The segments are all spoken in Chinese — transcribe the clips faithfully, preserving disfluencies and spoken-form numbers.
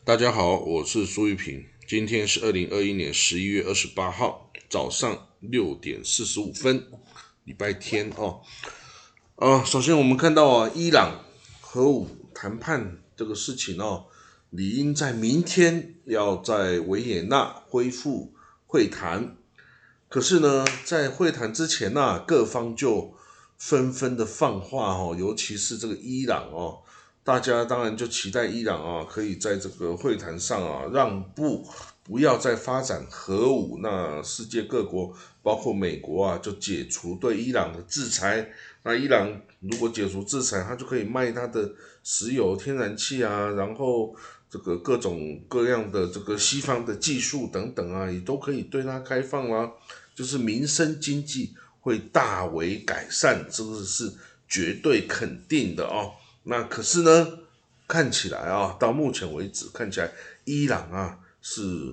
大家好，我是苏玉平。今天是二零二一年十一月二十八号早上六点四十五分，礼拜天哦。啊，首先我们看到啊，伊朗核武谈判这个事情哦，理应在明天要在维也纳恢复会谈。可是呢，在会谈之前呢、啊，各方就纷纷的放话哦，尤其是这个伊朗哦。大家当然就期待伊朗啊，可以在这个会谈上啊让步，不要再发展核武。那世界各国，包括美国啊，就解除对伊朗的制裁。那伊朗如果解除制裁，它就可以卖它的石油、天然气啊，然后这个各种各样的这个西方的技术等等啊，也都可以对它开放啦、啊。就是民生经济会大为改善，这个是绝对肯定的哦。那可是呢，看起来啊，到目前为止看起来，伊朗啊是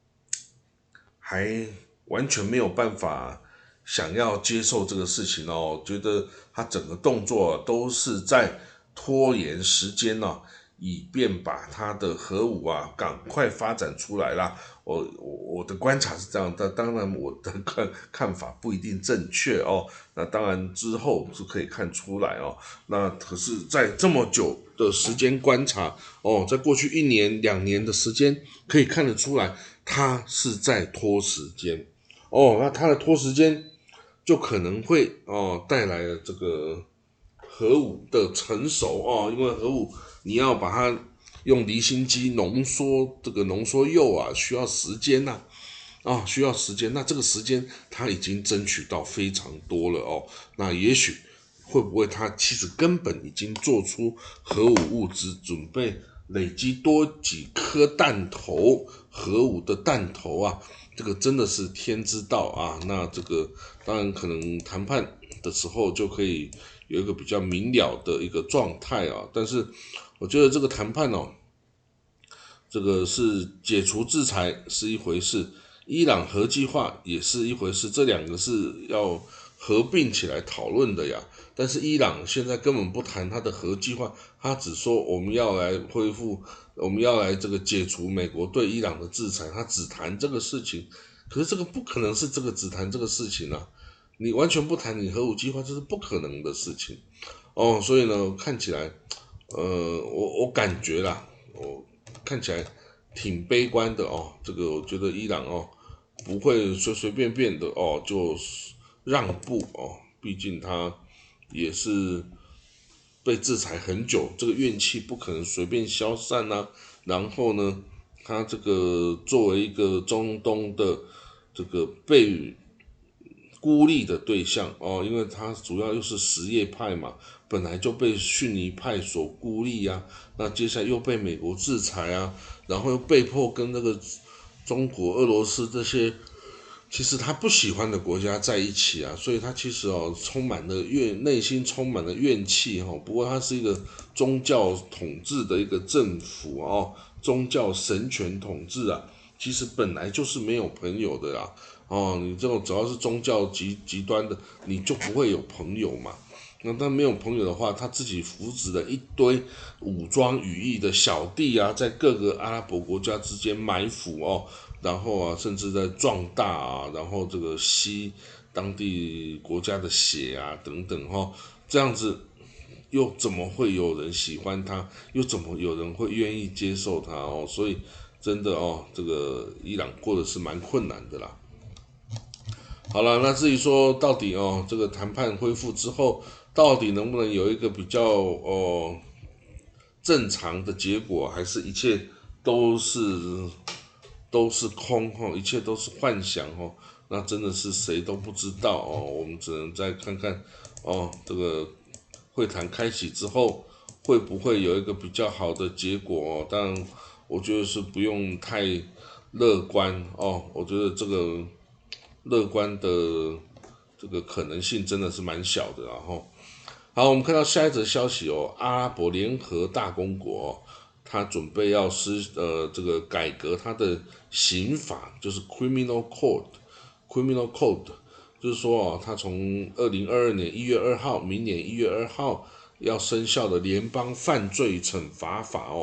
还完全没有办法想要接受这个事情哦，觉得他整个动作都是在拖延时间哦，以便把他的核武啊赶快发展出来啦。我我我的观察是这样，但当然我的看看法不一定正确哦。那当然之后是可以看出来哦。那可是，在这么久的时间观察哦，在过去一年两年的时间，可以看得出来，他是在拖时间哦。那他的拖时间，就可能会哦带来了这个核武的成熟哦，因为核武你要把它用离心机浓缩这个浓缩铀啊，需要时间呐、啊，啊，需要时间。那这个时间他已经争取到非常多了哦。那也许会不会他其实根本已经做出核武物质，准备累积多几颗弹头，核武的弹头啊？这个真的是天知道啊。那这个当然可能谈判的时候就可以有一个比较明了的一个状态啊。但是我觉得这个谈判哦，这个是解除制裁是一回事，伊朗核计划也是一回事，这两个是要合并起来讨论的呀。但是伊朗现在根本不谈他的核计划，他只说我们要来恢复，我们要来这个解除美国对伊朗的制裁，他只谈这个事情。可是这个不可能是这个只谈这个事情啊，你完全不谈你核武计划，这是不可能的事情哦。所以呢，看起来，呃，我我感觉啦，我看起来挺悲观的哦。这个我觉得伊朗哦不会随随便便的哦就让步哦，毕竟他也是被制裁很久，这个怨气不可能随便消散呐、啊。然后呢，他这个作为一个中东的这个被孤立的对象哦，因为他主要又是什叶派嘛，本来就被逊尼派所孤立啊，那接下来又被美国制裁啊，然后又被迫跟那个中国、俄罗斯这些其实他不喜欢的国家在一起啊，所以他其实哦充满了怨，内心充满了怨气哈、哦。不过他是一个宗教统治的一个政府哦，宗教神权统治啊，其实本来就是没有朋友的啦。哦，你这种只要是宗教极极端的，你就不会有朋友嘛。那他没有朋友的话，他自己扶植了一堆武装羽翼的小弟啊，在各个阿拉伯国家之间埋伏哦，然后啊，甚至在壮大啊，然后这个吸当地国家的血啊等等哈、哦，这样子又怎么会有人喜欢他？又怎么有人会愿意接受他哦？所以真的哦，这个伊朗过得是蛮困难的啦。好了，那至于说到底哦，这个谈判恢复之后，到底能不能有一个比较哦正常的结果，还是一切都是都是空哈、哦，一切都是幻想哦，那真的是谁都不知道哦。我们只能再看看哦，这个会谈开启之后，会不会有一个比较好的结果哦？当然，我觉得是不用太乐观哦。我觉得这个乐观的这个可能性真的是蛮小的。然后，好，我们看到下一则消息哦，阿拉伯联合大公国、哦，它准备要施呃这个改革它的刑法，就是 criminal code，criminal code，就是说哦，它从二零二二年一月二号，明年一月二号要生效的联邦犯罪惩罚法哦，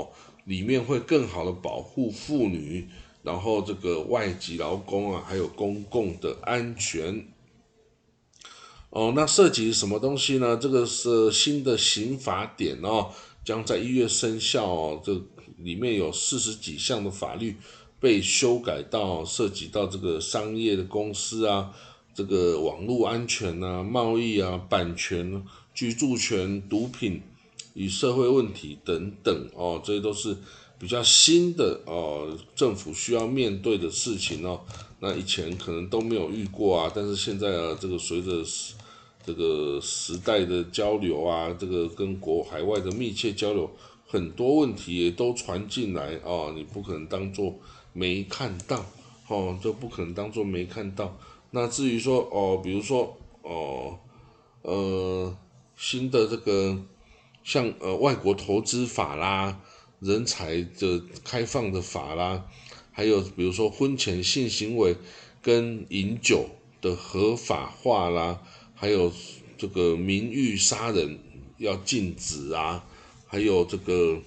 里面会更好的保护妇女，然后这个外籍劳工啊，还有公共的安全。哦，那涉及什么东西呢？这个是新的刑法典哦，将在一月生效哦。这里面有四十几项的法律被修改到涉及到这个商业的公司啊，这个网络安全啊、贸易啊、版权、居住权、毒品与社会问题等等哦，这些都是比较新的哦，政府需要面对的事情哦。那以前可能都没有遇过啊，但是现在啊，这个随着这个时代的交流啊，这个跟国海外的密切交流，很多问题也都传进来哦，你不可能当做没看到哦，就不可能当做没看到。那至于说哦，比如说哦，呃，新的这个像呃外国投资法啦，人才的开放的法啦，还有比如说婚前性行为跟饮酒的合法化啦，还有这个名誉杀人要禁止啊，还有这个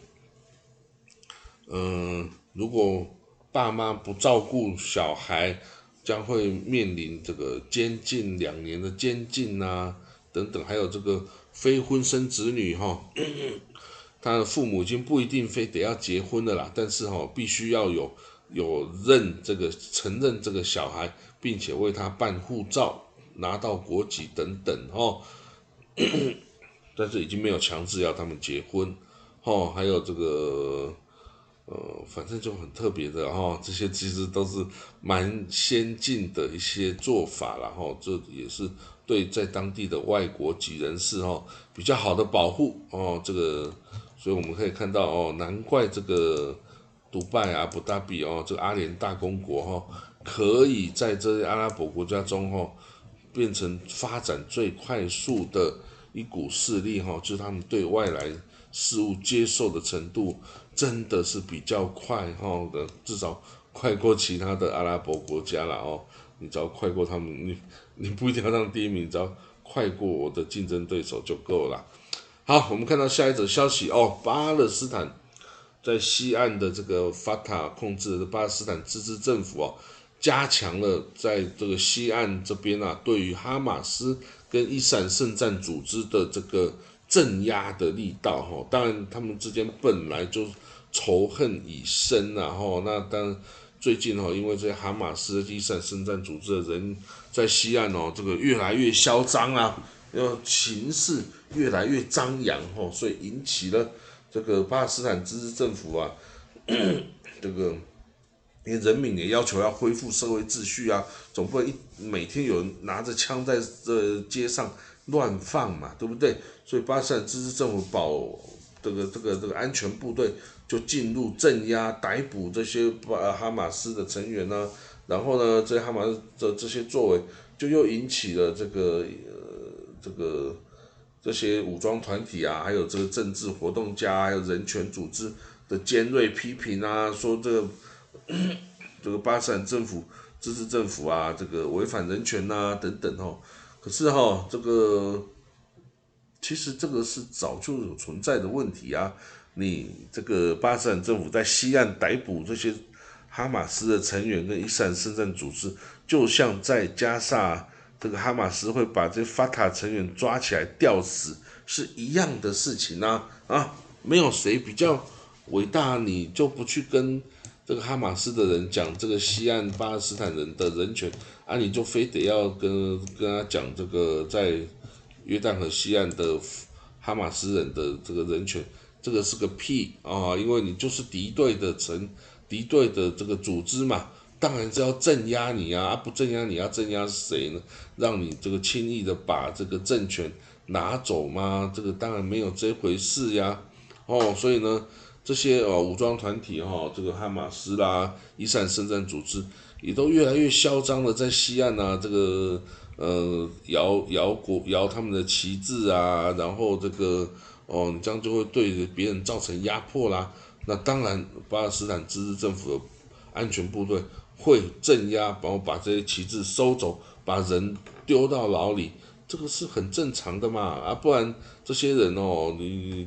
嗯、呃如果爸妈不照顾小孩，将会面临这个监禁两年的监禁啊，等等，还有这个非婚生子女哈、哦，他的父母已经不一定非得要结婚了啦，但是哈、哦，必须要有有认这个承认这个小孩，并且为他办护照、拿到国籍等等哦，但是已经没有强制要他们结婚哦，还有这个呃，反正就很特别的哈、哦，这些其实都是蛮先进的一些做法然后这也是对在当地的外国籍人士哦比较好的保护哦，这个，所以我们可以看到哦，难怪这个迪拜啊、阿布达比哦，这个阿联大公国哈、哦，可以在这些阿拉伯国家中哦，变成发展最快速的一股势力哈、哦，就是他们对外来事物接受的程度真的是比较快哈的，至少快过其他的阿拉伯国家了哦。你只要快过他们，你你不一定要当第一名，只要快过我的竞争对手就够了。好，我们看到下一则消息哦，巴勒斯坦在西岸的这个法塔控制的巴勒斯坦自治政府哦，加强了在这个西岸这边啊，对于哈马斯跟伊斯兰圣战组织的这个镇压的力道哈。当然，他们之间本来就仇恨已深然后那当然最近哦，因为这些哈马斯、伊斯兰圣战组织的人在西岸哦，这个越来越嚣张啊，要形势越来越张扬哦，所以引起了这个巴勒斯坦自治政府啊，这个因为人民也要求要恢复社会秩序啊，总不能一每天有人拿着枪在这街上乱放嘛，对不对？所以巴勒斯坦自治政府保这个这个这个安全部队就进入镇压、逮捕这些哈马斯的成员呢、啊，然后呢，这哈马斯的这些作为就又引起了这个呃这个这些武装团体啊，还有这个政治活动家，还有人权组织的尖锐批评啊，说这个这个巴勒斯坦政府、自治政府啊，这个违反人权呐、啊、等等哦。可是哈、哦，这个其实这个是早就有存在的问题啊。你这个巴勒斯坦政府在西岸逮捕这些哈马斯的成员跟伊斯兰圣战组织，就像在加沙这个哈马斯会把这法塔成员抓起来吊死是一样的事情啊啊！没有谁比较伟大，你就不去跟这个哈马斯的人讲这个西岸巴勒斯坦人的人权啊，你就非得要跟跟他讲这个在约旦河西岸的哈马斯人的这个人权，这个是个屁啊！因为你就是敌对的成敌对的这个组织嘛，当然是要镇压你啊！啊不镇压你要镇压谁呢？让你这个轻易的把这个政权拿走吗？这个当然没有这回事呀！哦，所以呢，这些哦武装团体哈、哦，这个哈马斯啦、伊斯兰圣战组织也都越来越嚣张的在西岸啊，这个呃摇摇国摇他们的旗帜啊，然后这个哦，你这样就会对别人造成压迫啦。那当然，巴勒斯坦自治政府的安全部队会镇压，然后把这些旗帜收走，把人丢到牢里，这个是很正常的嘛啊，不然这些人哦，你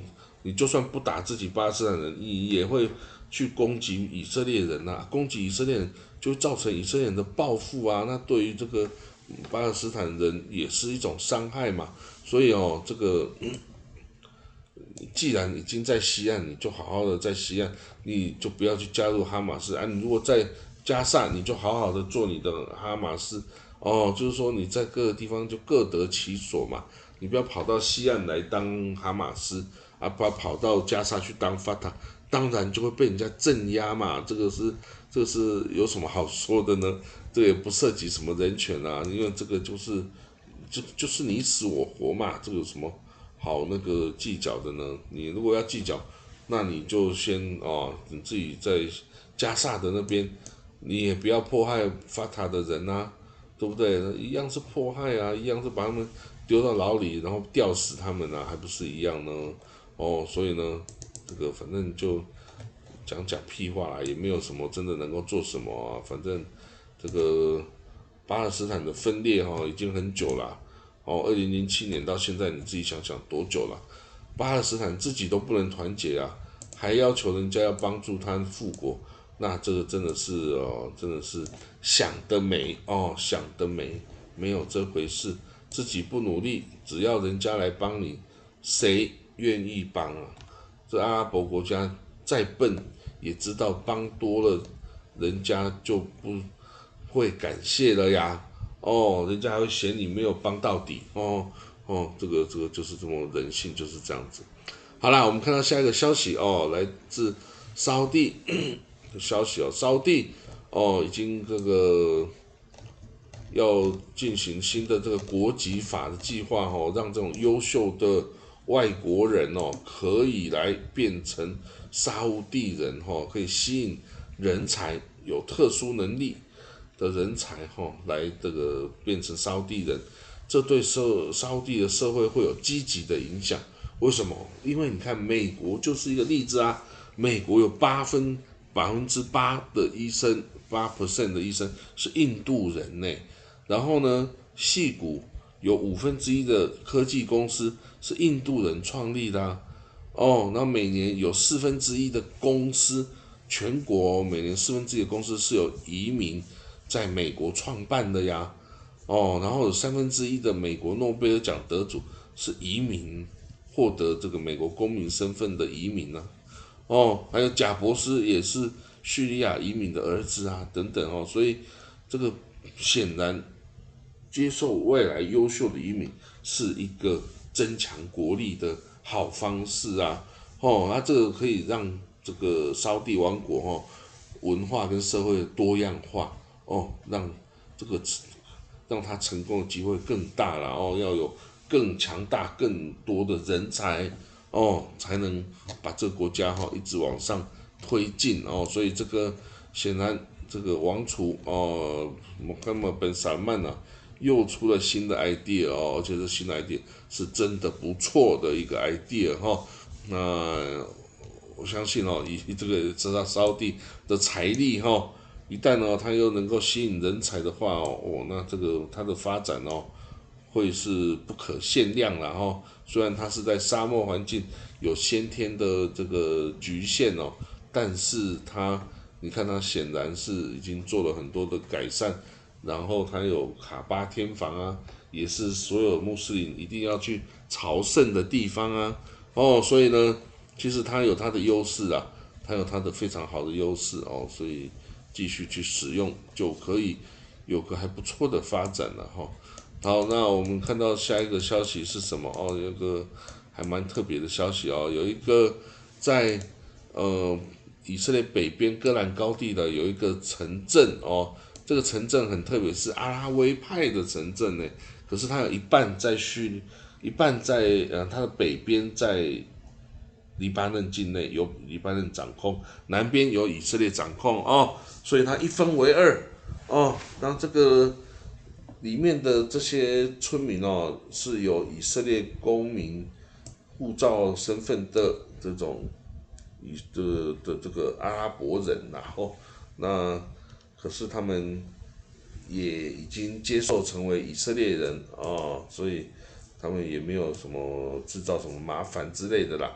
你就算不打自己巴勒斯坦人，你也会去攻击以色列人啊，攻击以色列人就会造成以色列人的报复啊，那对于这个巴勒斯坦人也是一种伤害嘛。所以哦，这个、嗯、既然已经在西岸，你就好好的在西岸，你就不要去加入哈马斯啊。你如果在加萨，你就好好的做你的哈马斯哦，就是说你在各个地方就各得其所嘛。你不要跑到西岸来当哈马斯啊，不要跑到加沙去当法塔，当然就会被人家镇压嘛。这个是这个是有什么好说的呢？这个也不涉及什么人权啊，因为这个就是就就是你死我活嘛，这个有什么好那个计较的呢？你如果要计较，那你就先哦，你自己在加萨的那边，你也不要迫害法塔的人啊，对不对？一样是迫害啊，一样是把他们丢到牢里，然后吊死他们啊，还不是一样呢？哦，所以呢，这个反正就讲讲屁话啦，也没有什么真的能够做什么啊。反正这个巴勒斯坦的分裂哈、哦、已经很久了，哦，二零零七年到现在，你自己想想多久了？巴勒斯坦自己都不能团结啊，还要求人家要帮助他复国，那这个真的是哦，真的是想得美哦，想得美，没有这回事。自己不努力，只要人家来帮你，谁愿意帮啊？这阿拉伯国家再笨，也知道帮多了，人家就不会感谢了呀。哦，人家还会嫌你没有帮到底哦哦，这个这个就是这么人性就是这样子。好啦，我们看到下一个消息哦，来自沙地的消息哦，沙地哦已经这个要进行新的这个国籍法的计划哦，让这种优秀的外国人哦可以来变成沙乌地人哦，可以吸引人才有特殊能力的人才哈、哦，来这个变成沙乌地人，这对社沙乌地的社会会有积极的影响。为什么？因为你看美国就是一个例子啊，美国有八分百分之八的医生，八 percent 的医生是印度人呢。然后呢，矽谷有五分之一的科技公司是印度人创立的啊。哦，那每年有四分之一的公司，全国每年四分之一的公司是有移民在美国创办的呀。哦，然后有三分之一的美国诺贝尔奖得主是移民获得这个美国公民身份的移民啊。哦，还有贾博士也是叙利亚移民的儿子啊，等等哦，所以这个显然接受未来优秀的移民是一个增强国力的好方式啊。哦，那这个可以让这个沙地王国哦文化跟社会多样化哦，让这个让他成功的机会更大了哦，要有更强大、更多的人才哦，才能把这个国家哈、哦、一直往上推进哦。所以这个显然这个王储哦，穆罕默本萨曼啊，又出了新的 idea 哦，而且这新的 idea 是真的不错的一个 idea 哈、哦。那我相信哦，以这个这他沙地的财力哈、哦，一旦呢他又能够吸引人才的话哦，哦那这个它的发展哦会是不可限量了哈、哦。虽然它是在沙漠环境有先天的这个局限哦，但是它你看它显然是已经做了很多的改善，然后它有卡巴天房啊，也是所有穆斯林一定要去朝圣的地方啊。哦，所以呢，其实它有它的优势啊，它有它的非常好的优势哦，所以继续去使用就可以有个还不错的发展了哈、哦。好，那我们看到下一个消息是什么？哦，有个还蛮特别的消息哦，有一个在呃以色列北边戈兰高地的有一个城镇哦，这个城镇很特别，是阿拉维派的城镇呢。可是它有一半在叙，一半在呃它的北边在黎巴嫩境内由黎巴嫩掌控，南边由以色列掌控哦，所以它一分为二哦。当这个里面的这些村民哦，是有以色列公民护照身份的这种以的的这个阿拉伯人，然后那可是他们也已经接受成为以色列人哦，所以他们也没有什么制造什么麻烦之类的啦。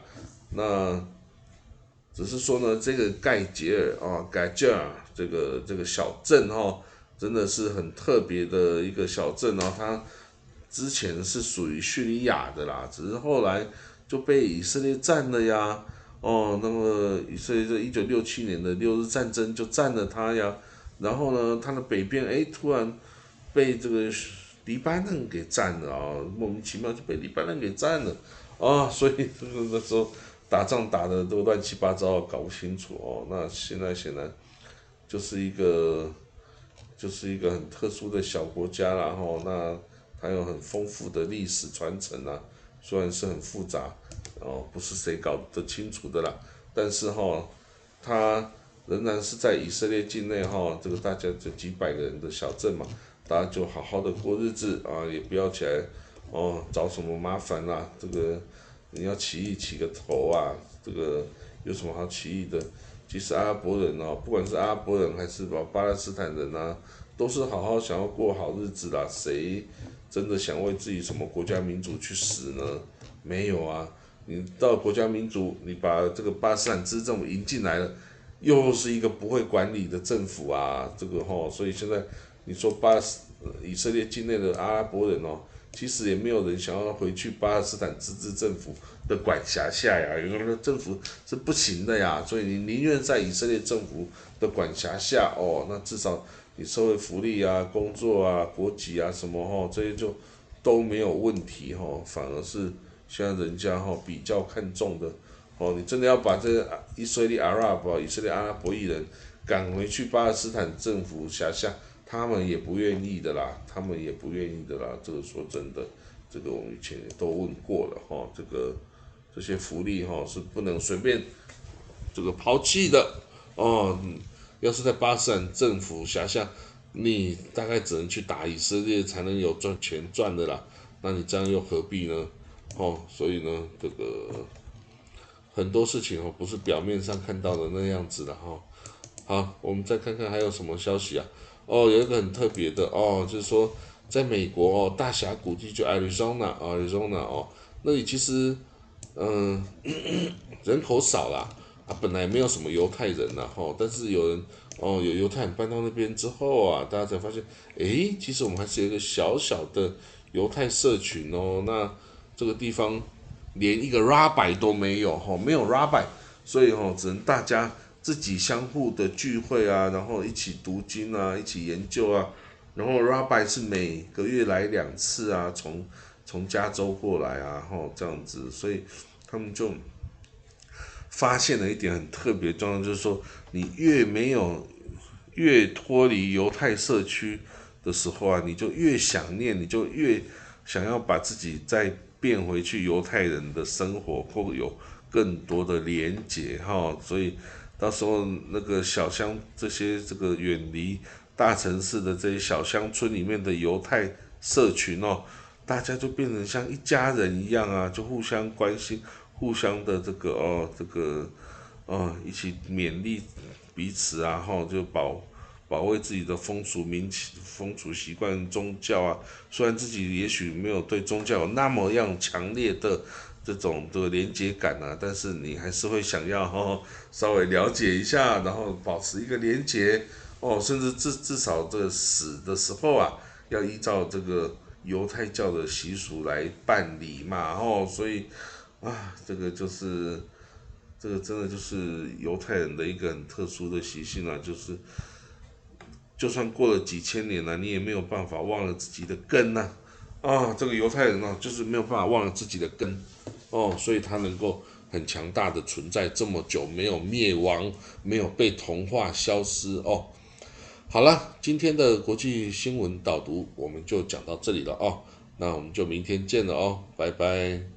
那只是说呢，这个盖杰尔啊，盖杰尔这个这个小镇哦，真的是很特别的一个小镇哦，它之前是属于叙利亚的啦，只是后来就被以色列占了呀。哦，那么以色列这一九六七年的六日战争就占了它呀。然后呢，它的北边哎突然被这个黎巴嫩给占了啊，莫名其妙就被黎巴嫩给占了啊，所以这个那时候打仗打的都乱七八糟，搞不清楚哦。那现在显然就是一个就是一个很特殊的小国家啦，吼，那它有很丰富的历史传承啊，虽然是很复杂哦，不是谁搞得清楚的啦，但是哈，它仍然是在以色列境内哈，这个大家就几百个人的小镇嘛，大家就好好的过日子啊，也不要起来哦找什么麻烦啦，这个你要起义起个头啊，这个有什么好起义的？其实阿拉伯人哦，不管是阿拉伯人还是巴巴勒斯坦人啊，都是好好想要过好日子啦。谁真的想为自己什么国家民族去死呢？没有啊。你到国家民族，你把这个巴勒斯坦自治政府迎进来了，又是一个不会管理的政府啊，这个吼、哦，所以现在你说巴勒斯以色列境内的阿拉伯人哦，其实也没有人想要回去巴勒斯坦自治政府的管辖下呀，有的政府是不行的呀，所以你宁愿在以色列政府的管辖下哦，那至少你社会福利啊、工作啊、国籍啊什么哦，这些就都没有问题哦，反而是现在人家哈比较看重的哦，你真的要把这个以色列阿拉伯、以色列阿拉伯裔人赶回去巴勒斯坦政府辖下，他们也不愿意的啦，他们也不愿意的啦。这个说真的，这个我们以前也都问过了哈，这个这些福利哈是不能随便这个抛弃的哦。要是在巴勒斯坦政府辖下，你大概只能去打以色列才能有赚钱赚的啦。那你这样又何必呢？哦，所以呢，这个很多事情哦，不是表面上看到的那样子的哈。好，我们再看看还有什么消息啊？哦，有一个很特别的哦，就是说在美国哦，大峡谷地就 Arizona，Arizona 哦，那里其实嗯、呃、人口少啦，啊，本来没有什么犹太人呐、哈，但是有人哦，有犹太人搬到那边之后啊，大家才发现，诶，其实我们还是有一个小小的犹太社群哦。那这个地方连一个 rabbi 都没有哈，没有 rabbi，所以哈，只能大家自己相互的聚会啊，然后一起读经啊，一起研究啊。然后 rabbi 是每个月来两次啊，从从加州过来啊，吼这样子，所以他们就发现了一点很特别的状况，就是说你越没有越脱离犹太社区的时候啊，你就越想念，你就越想要把自己再变回去犹太人的生活，或有更多的连结哈。所以到时候那个小乡这些这个远离大城市的这些小乡村里面的犹太社群哦，大家就变成像一家人一样啊，就互相关心，互相的这个哦这个哦一起勉励彼此啊，哈，就保保卫自己的风俗民情、风俗习惯、宗教啊。虽然自己也许没有对宗教有那么样强烈的这种的连接感啊，但是你还是会想要哦稍微了解一下，然后保持一个连接哦，甚至至至少这个死的时候啊，要依照这个犹太教的习俗来办理嘛，哦，所以啊，这个就是这个真的就是犹太人的一个很特殊的习性啊，就是就算过了几千年了、啊，你也没有办法忘了自己的根呐、啊。啊，这个犹太人啊，就是没有办法忘了自己的根哦，所以他能够很强大的存在这么久，没有灭亡，没有被同化消失哦。好了，今天的国际新闻导读我们就讲到这里了哦，那我们就明天见了哦，拜拜。